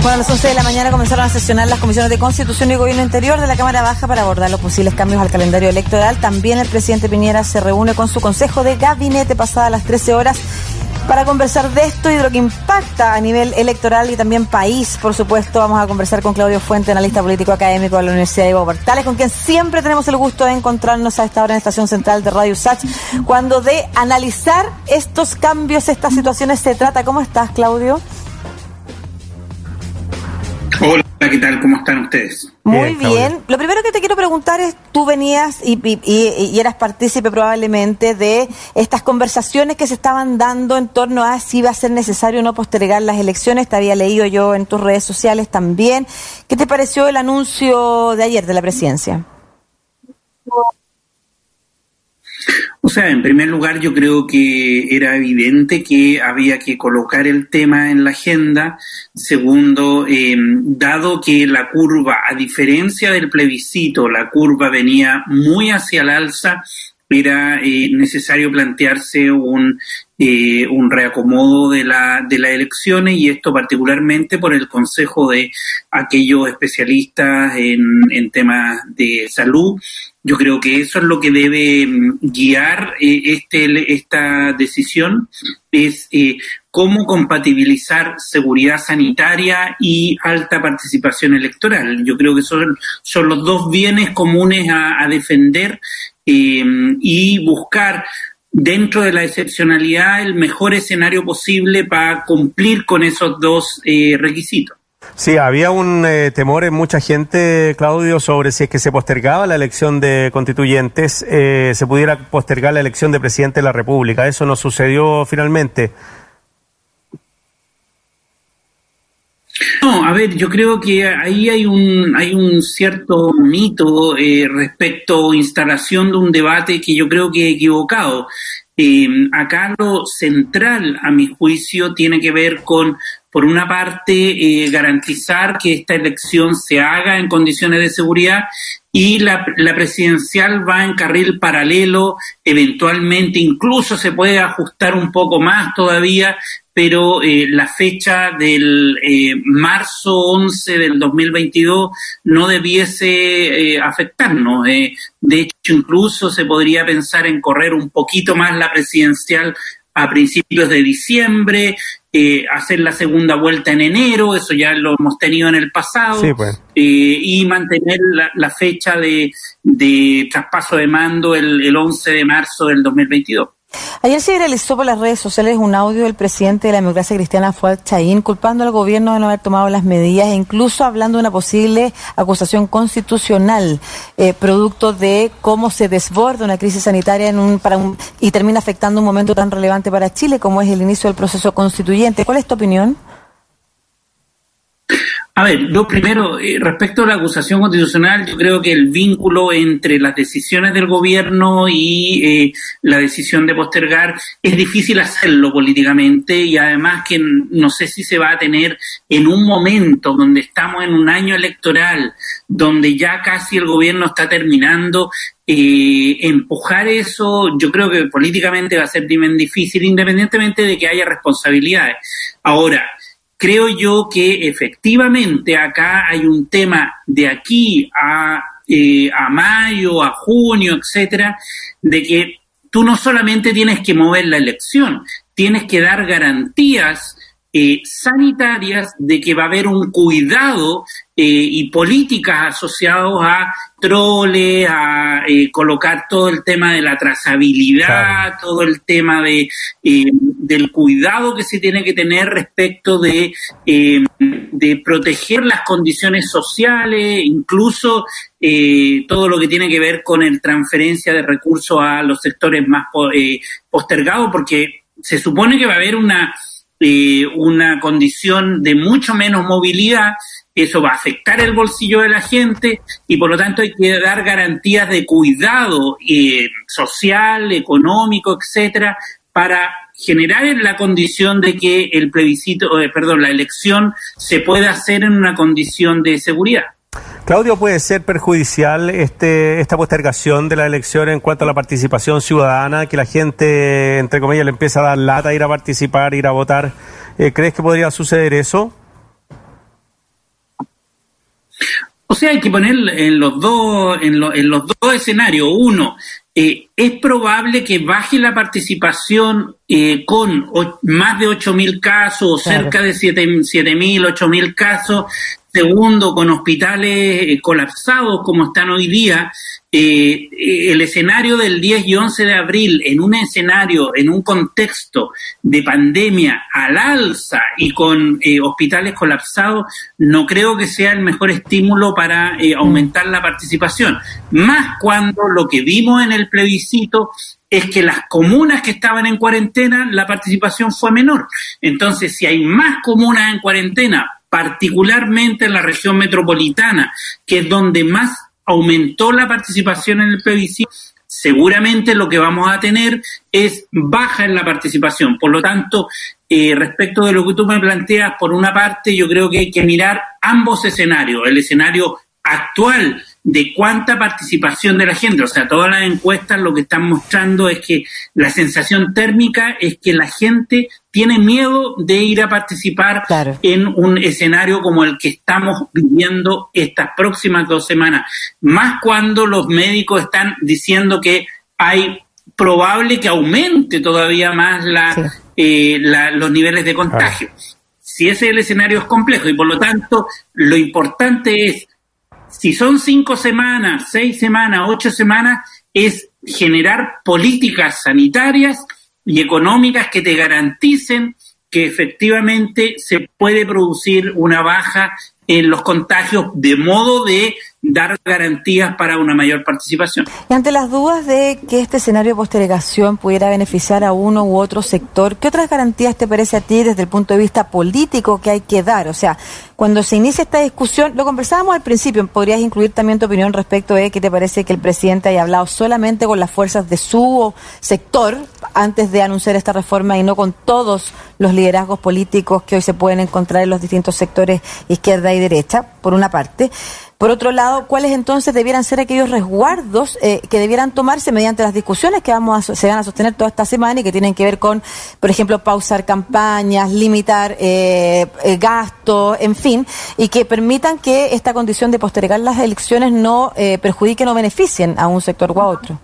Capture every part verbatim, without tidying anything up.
Bueno, a las once de la mañana comenzaron a sesionar las comisiones de Constitución y Gobierno Interior de la Cámara Baja para abordar los posibles cambios al calendario electoral. También el presidente Piñera se reúne con su consejo de gabinete pasadas las trece horas para conversar de esto y de lo que impacta a nivel electoral y también país. Por supuesto, vamos a conversar con Claudio Fuente, analista político académico de la Universidad de Diego Portales, con quien siempre tenemos el gusto de encontrarnos a esta hora en la estación central de Radio Sach, cuando de analizar estos cambios, estas situaciones se trata. ¿Cómo estás, Claudio? Hola, ¿qué tal? ¿Cómo están ustedes? Muy bien. bien. Lo primero que te quiero preguntar es, tú venías y, y, y, y eras partícipe probablemente de estas conversaciones que se estaban dando en torno a si iba a ser necesario o no postergar las elecciones. Te había leído yo en tus redes sociales también. ¿Qué te pareció el anuncio de ayer de la presidencia? O sea, en primer lugar, yo creo que era evidente que había que colocar el tema en la agenda. Segundo, eh, dado que la curva, a diferencia del plebiscito, la curva venía muy hacia el alza, era eh, necesario plantearse un eh, un reacomodo de la de las elecciones, y esto particularmente por el consejo de aquellos especialistas en, en temas de salud. Yo creo que eso es lo que debe guiar eh, este esta decisión, es eh, cómo compatibilizar seguridad sanitaria y alta participación electoral. Yo creo que son, son los dos bienes comunes a, a defender eh, y buscar dentro de la excepcionalidad el mejor escenario posible para cumplir con esos dos eh, requisitos. Sí, había un eh, temor en mucha gente, Claudio, sobre si es que se postergaba la elección de constituyentes, eh, se pudiera postergar la elección de presidente de la República. Eso no sucedió finalmente. No, a ver, yo creo que ahí hay un hay un cierto mito eh, respecto a instalación de un debate que yo creo que es equivocado. Eh, acá lo central, a mi juicio, tiene que ver con, por una parte, eh, garantizar que esta elección se haga en condiciones de seguridad, y la, la presidencial va en carril paralelo, eventualmente incluso se puede ajustar un poco más todavía, pero eh, la fecha del eh, marzo once del dos mil veintidós no debiese eh, afectarnos. Eh. De hecho, incluso se podría pensar en correr un poquito más la presidencial a principios de diciembre, eh, hacer la segunda vuelta en enero, eso ya lo hemos tenido en el pasado, sí, pues. eh, y mantener la, la fecha de, de traspaso de mando el, el once de marzo del dos mil veintidós. Ayer se viralizó por las redes sociales un audio del presidente de la Democracia Cristiana, Fuad Chaín, culpando al gobierno de no haber tomado las medidas e incluso hablando de una posible acusación constitucional, eh, producto de cómo se desborda una crisis sanitaria en un, para un, y termina afectando un momento tan relevante para Chile como es el inicio del proceso constituyente. ¿Cuál es tu opinión? A ver, lo primero, eh, respecto a la acusación constitucional, yo creo que el vínculo entre las decisiones del gobierno y eh, la decisión de postergar es difícil hacerlo políticamente, y además que no sé si se va a tener en un momento donde estamos en un año electoral, donde ya casi el gobierno está terminando. Eh, empujar eso, yo creo que políticamente va a ser bien difícil, independientemente de que haya responsabilidades. Ahora, creo yo que efectivamente acá hay un tema de aquí a, eh, a mayo, a junio, etcétera, de que tú no solamente tienes que mover la elección, tienes que dar garantías eh, sanitarias de que va a haber un cuidado eh, y políticas asociados a controles, a eh, colocar todo el tema de la trazabilidad, claro, todo el tema de eh, del cuidado que se tiene que tener respecto de eh, de proteger las condiciones sociales, incluso eh, todo lo que tiene que ver con el transferencia de recursos a los sectores más eh, postergados, porque se supone que va a haber una eh, una condición de mucho menos movilidad. Eso va a afectar el bolsillo de la gente y por lo tanto hay que dar garantías de cuidado eh, social, económico, etcétera, para generar la condición de que el plebiscito, eh, perdón, la elección se pueda hacer en una condición de seguridad. Claudio, ¿puede ser perjudicial este esta postergación de la elección en cuanto a la participación ciudadana, que la gente, entre comillas, le empieza a dar lata a ir a participar, ir a votar? Eh, ¿Crees que podría suceder eso? O sea, hay que poner en los dos, en, lo, en los dos escenarios. Uno, eh, es probable que baje la participación eh, con o, más de ocho mil casos, o claro. cerca de siete mil, ocho mil casos. Segundo, con hospitales eh, colapsados como están hoy día. Eh, el escenario del diez y once de abril, en un escenario, en un contexto de pandemia al alza y con eh, hospitales colapsados, no creo que sea el mejor estímulo para eh, aumentar la participación. Más cuando lo que vimos en el plebiscito es que las comunas que estaban en cuarentena, la participación fue menor. Entonces, si hay más comunas en cuarentena, particularmente en la región metropolitana, que es donde más aumentó la participación en el plebiscito, seguramente lo que vamos a tener es baja en la participación. Por lo tanto, eh, respecto de lo que tú me planteas, por una parte, yo creo que hay que mirar ambos escenarios. El escenario actual de cuánta participación de la gente, o sea, todas las encuestas lo que están mostrando es que la sensación térmica es que la gente tiene miedo de ir a participar claro. en un escenario como el que estamos viviendo estas próximas dos semanas, más cuando los médicos están diciendo que hay probable que aumente todavía más la, sí. eh, la, los niveles de contagio. Ah. Si ese es el escenario es complejo y por lo tanto lo importante es, si son cinco semanas, seis semanas, ocho semanas, es generar políticas sanitarias y económicas que te garanticen que efectivamente se puede producir una baja en los contagios de modo de dar garantías para una mayor participación. Y ante las dudas de que este escenario de postergación pudiera beneficiar a uno u otro sector, ¿qué otras garantías te parece a ti desde el punto de vista político que hay que dar? O sea, cuando se inicia esta discusión, lo conversábamos al principio, podrías incluir también tu opinión respecto de qué te parece que el presidente haya hablado solamente con las fuerzas de su sector antes de anunciar esta reforma y no con todos los liderazgos políticos que hoy se pueden encontrar en los distintos sectores izquierda y derecha, por una parte. Por otro lado, ¿cuáles entonces debieran ser aquellos resguardos eh, que debieran tomarse mediante las discusiones que vamos a, se van a sostener toda esta semana y que tienen que ver con, por ejemplo, pausar campañas, limitar eh, eh, gastos, en fin, y que permitan que esta condición de postergar las elecciones no eh, perjudiquen o beneficien a un sector u a otro?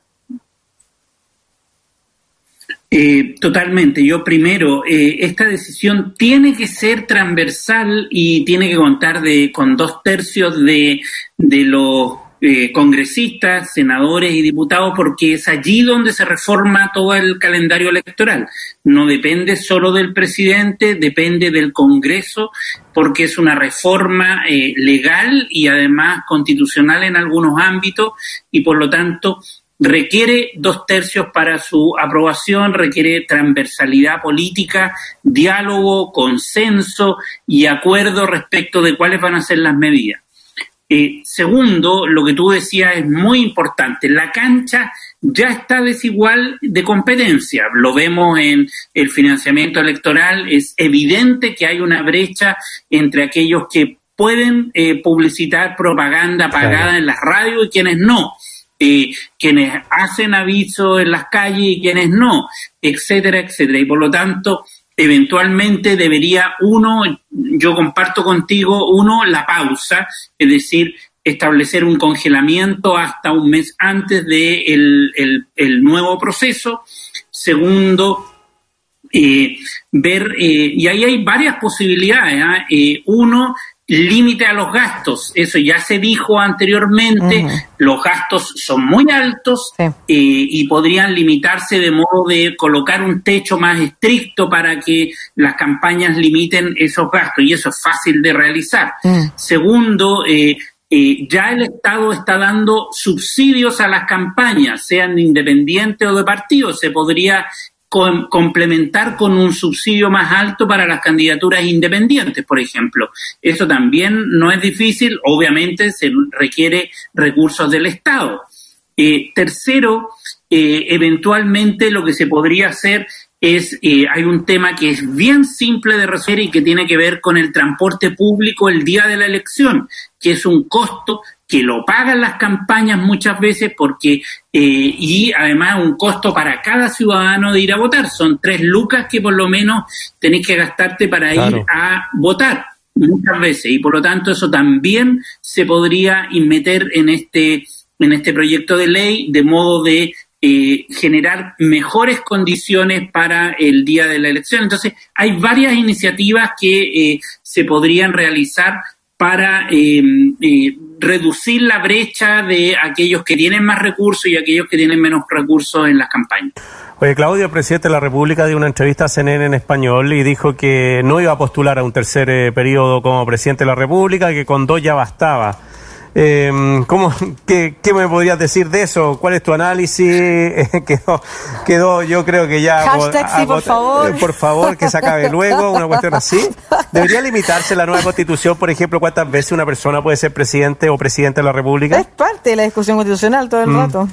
Eh, totalmente. Yo primero, eh, esta decisión tiene que ser transversal y tiene que contar de con dos tercios de, de los eh, congresistas, senadores y diputados, porque es allí donde se reforma todo el calendario electoral. No depende solo del presidente, depende del Congreso, porque es una reforma eh, legal y además constitucional en algunos ámbitos y por lo tanto requiere dos tercios para su aprobación, requiere transversalidad política, diálogo, consenso y acuerdo respecto de cuáles van a ser las medidas. Eh, segundo, lo que tú decías es muy importante, la cancha ya está desigual de competencia, lo vemos en el financiamiento electoral, es evidente que hay una brecha entre aquellos que pueden eh, publicitar propaganda pagada claro. en las radios y quienes no. Eh, quienes hacen aviso en las calles y quienes no, etcétera, etcétera. Y por lo tanto, eventualmente debería uno, yo comparto contigo, uno, la pausa, es decir, establecer un congelamiento hasta un mes antes de el, el, el nuevo proceso. Segundo, eh, ver, eh, y ahí hay varias posibilidades, ¿eh? Eh, uno, límite a los gastos, eso ya se dijo anteriormente, uh-huh. los gastos son muy altos sí. eh, y podrían limitarse de modo de colocar un techo más estricto para que las campañas limiten esos gastos y eso es fácil de realizar. Uh-huh. Segundo, eh, eh, ya el Estado está dando subsidios a las campañas, sean independientes o de partidos, se podría Con, complementar con un subsidio más alto para las candidaturas independientes, por ejemplo. Eso también no es difícil, obviamente se requiere recursos del Estado. Eh, tercero, eh, eventualmente lo que se podría hacer es, eh, hay un tema que es bien simple de resolver y que tiene que ver con el transporte público el día de la elección, que es un costo que lo pagan las campañas muchas veces porque eh, y además un costo para cada ciudadano de ir a votar. Son tres lucas que por lo menos tenés que gastarte para claro. ir a votar. muchas veces, y por lo tanto eso también se podría meter en este, en este proyecto de ley, de modo de eh, generar mejores condiciones para el día de la elección. Entonces, hay varias iniciativas que eh, se podrían realizar para eh, eh, reducir la brecha de aquellos que tienen más recursos y aquellos que tienen menos recursos en las campañas. Oye, Claudio, el presidente de la República dio una entrevista a C N N en español y dijo que no iba a postular a un tercer eh, periodo como presidente de la República, que con dos ya bastaba. Eh, ¿cómo, qué, ¿Qué me podrías decir de eso? ¿Cuál es tu análisis? Eh, quedó, quedó, yo creo que ya... Hashtag sí, por favor. Eh, por favor, que se acabe luego, una cuestión así. ¿Debería limitarse la nueva Constitución, por ejemplo, cuántas veces una persona puede ser presidente o presidente de la República? Es parte de la discusión constitucional todo el mm. rato.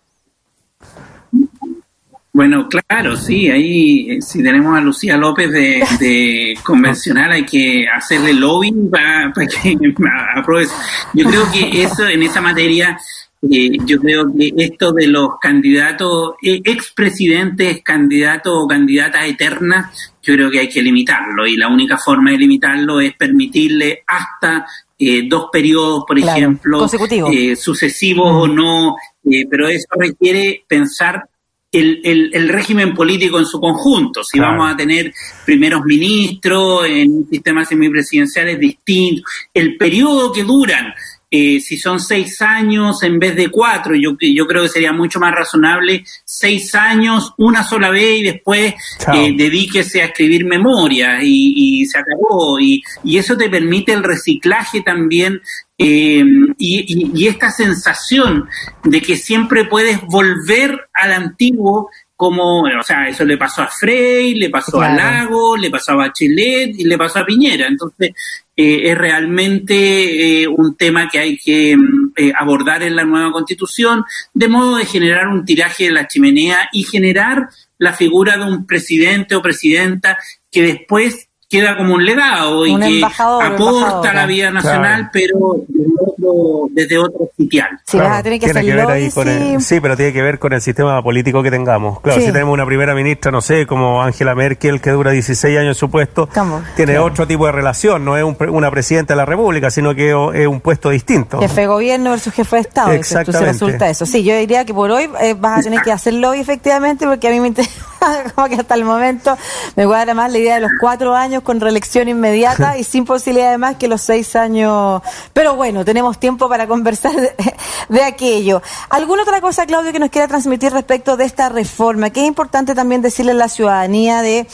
Bueno, claro, sí, ahí si tenemos a Lucía López de, de convencional hay que hacerle lobbying para, para que apruebe. Yo creo que eso, en esa materia, eh, yo creo que esto de los candidatos, eh, expresidentes, candidatos o candidatas eternas, yo creo que hay que limitarlo, y la única forma de limitarlo es permitirle hasta eh, dos periodos, por claro, ejemplo, eh, sucesivos mm. o no, eh, pero eso requiere pensar El, el, el régimen político en su conjunto. Si claro. vamos a tener primeros ministros en un sistema semipresidencial es distinto. El periodo que duran, eh, si son seis años en vez de cuatro, yo, yo creo que sería mucho más razonable seis años, una sola vez, y después eh, dedíquese a escribir memoria y, y se acabó. Y, y eso te permite el reciclaje también. Eh, y, y, y esta sensación de que siempre puedes volver al antiguo, como, o sea, eso le pasó a Frei, le pasó claro. a Lago, le pasó a Bachelet y le pasó a Piñera. Entonces, eh, es realmente eh, un tema que hay que eh, abordar en la nueva Constitución, de modo de generar un tiraje de la chimenea y generar la figura de un presidente o presidenta que después queda como un legado y un que aporta a la vida nacional, claro. pero desde otro, desde otro sitial. Sí, claro, vas a tener que tiene que ver ahí con sí. el, sí, pero tiene que ver con el sistema político que tengamos. Claro, sí. si tenemos una primera ministra, no sé, como Angela Merkel, que dura dieciséis años en su puesto, ¿Cómo? tiene claro. otro tipo de relación, no es un, una presidenta de la República, sino que es un puesto distinto. Jefe de gobierno versus jefe de Estado. Exactamente. Entonces resulta eso. Sí, yo diría que por hoy eh, vas a tener que hacerlo efectivamente, porque a mí me interesa, como que hasta el momento me cuadra más la idea de los cuatro años con reelección inmediata y sin posibilidad de más que los seis años. Pero bueno, tenemos tiempo para conversar de, de aquello. ¿Alguna otra cosa, Claudio, que nos quiera transmitir respecto de esta reforma? Que es importante también decirle a la ciudadanía de...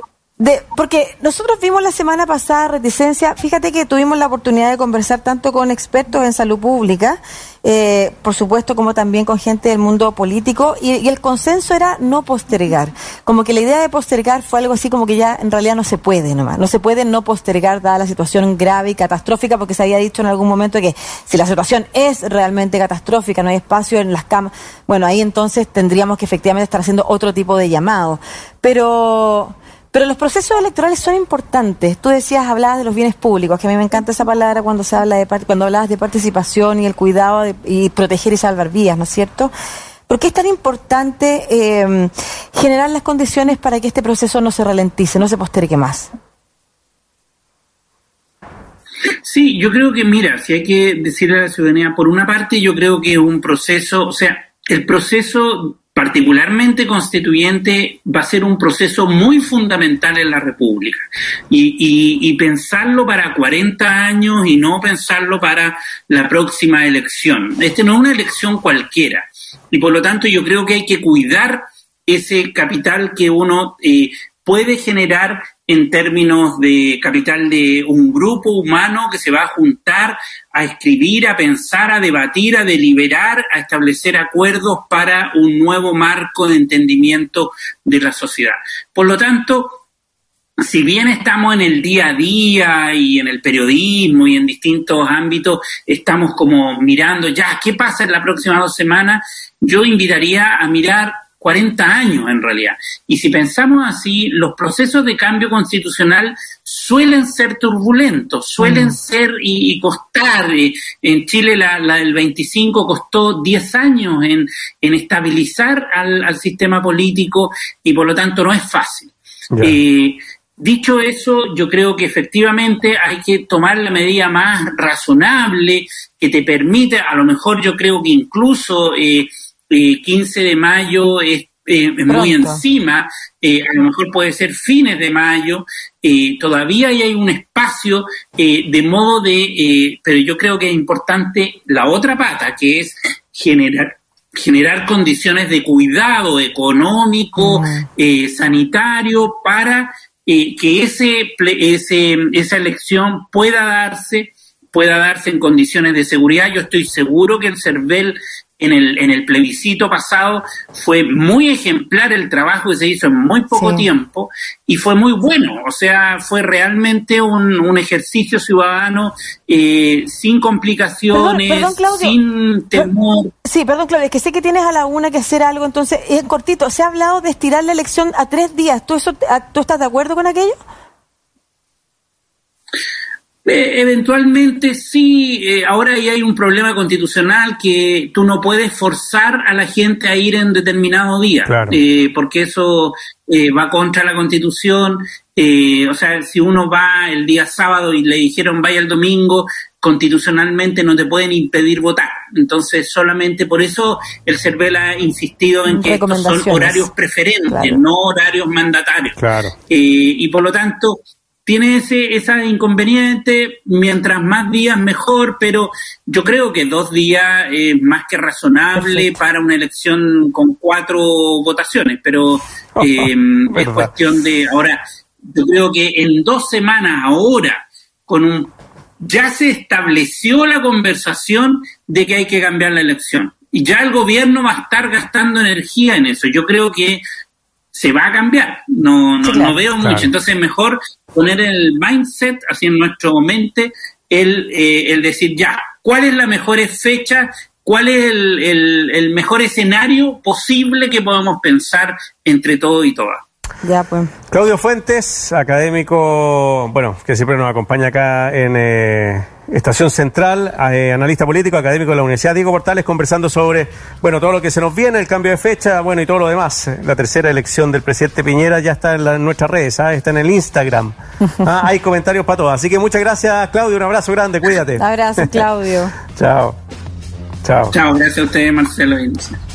De, porque nosotros vimos la semana pasada reticencia, fíjate que tuvimos la oportunidad de conversar tanto con expertos en salud pública, eh, por supuesto como también con gente del mundo político, y, y el consenso era no postergar, como que la idea de postergar fue algo así como que ya en realidad no se puede nomás, no se puede no postergar dada la situación grave y catastrófica, porque se había dicho en algún momento que si la situación es realmente catastrófica, no hay espacio en las camas, bueno, ahí entonces tendríamos que efectivamente estar haciendo otro tipo de llamado, pero... Pero los procesos electorales son importantes. Tú decías, hablabas de los bienes públicos, que a mí me encanta esa palabra cuando se habla de cuando hablabas de participación y el cuidado de, y proteger y salvar vidas, ¿no es cierto? ¿Por qué es tan importante eh, generar las condiciones para que este proceso no se ralentice, no se postergue más? Sí, yo creo que, mira, si hay que decirle a la ciudadanía, por una parte yo creo que es un proceso, o sea, el proceso particularmente constituyente va a ser un proceso muy fundamental en la República y, y, y pensarlo para cuarenta años y no pensarlo para la próxima elección. Este no es una elección cualquiera y por lo tanto yo creo que hay que cuidar ese capital que uno eh, puede generar en términos de capital de un grupo humano que se va a juntar a escribir, a pensar, a debatir, a deliberar, a establecer acuerdos para un nuevo marco de entendimiento de la sociedad. Por lo tanto, si bien estamos en el día a día y en el periodismo y en distintos ámbitos, estamos como mirando ya qué pasa en las próximas dos semanas, yo invitaría a mirar cuarenta años en realidad. Y si pensamos así, los procesos de cambio constitucional suelen ser turbulentos, suelen mm. ser y, y costar. En Chile la, la del veinticinco costó diez años en, en estabilizar al, al sistema político y por lo tanto no es fácil. Yeah. Eh, Dicho eso, yo creo que efectivamente hay que tomar la medida más razonable que te permite, a lo mejor yo creo que incluso eh, eh, quince de mayo es eh, muy encima, eh, a lo mejor puede ser fines de mayo, eh, todavía hay un espacio eh, de modo de, eh, pero yo creo que es importante la otra pata, que es generar generar condiciones de cuidado económico, mm. eh, sanitario, para eh, que ese, ese esa elección pueda darse, pueda darse en condiciones de seguridad. Yo estoy seguro que el CERVEL en el en el plebiscito pasado fue muy ejemplar el trabajo que se hizo en muy poco sí. tiempo y fue muy bueno, o sea, fue realmente un, un ejercicio ciudadano eh, sin complicaciones, perdón, perdón, Claudio, sin temor. Sí, perdón, Claudio, es que sé que tienes a la una que hacer algo, entonces, es cortito, se ha hablado de estirar la elección a tres días, ¿tú, eso, ¿tú estás de acuerdo con aquello? Eh, eventualmente sí, eh, ahora ya hay un problema constitucional que tú no puedes forzar a la gente a ir en determinado día, claro. eh, porque eso eh, va contra la Constitución, eh, o sea, si uno va el día sábado y le dijeron vaya el domingo, constitucionalmente no te pueden impedir votar, entonces solamente por eso el CERVEL ha insistido en que estos son horarios preferentes, claro. no horarios mandatarios, claro. eh, y por lo tanto tiene ese esa inconveniente, mientras más días mejor, pero yo creo que dos días es más que razonable Perfecto. Para una elección con cuatro votaciones, pero eh, es cuestión de, ahora, yo creo que en dos semanas ahora, con un ya se estableció la conversación de que hay que cambiar la elección, y ya el gobierno va a estar gastando energía en eso, yo creo que se va a cambiar, no no, sí, claro, no veo claro. mucho, entonces mejor poner el mindset, así en nuestro mente, el, eh, el decir ya, ¿cuál es la mejor fecha? ¿Cuál es el, el, el mejor escenario posible que podamos pensar entre todos y todas? Ya, pues. Claudio Fuentes, académico, bueno, que siempre nos acompaña acá en eh, Estación Central, eh, analista político, académico de la Universidad Diego Portales, conversando sobre, bueno, todo lo que se nos viene, el cambio de fecha, bueno, y todo lo demás. La tercera elección del presidente Piñera ya está en, la, en nuestras redes, ¿ah? Está en el Instagram. ¿Ah? Hay comentarios para todos. Así que muchas gracias, Claudio, un abrazo grande, cuídate. Abrazo, Claudio. Chao. Chao. Chao, gracias a ustedes, Marcelo.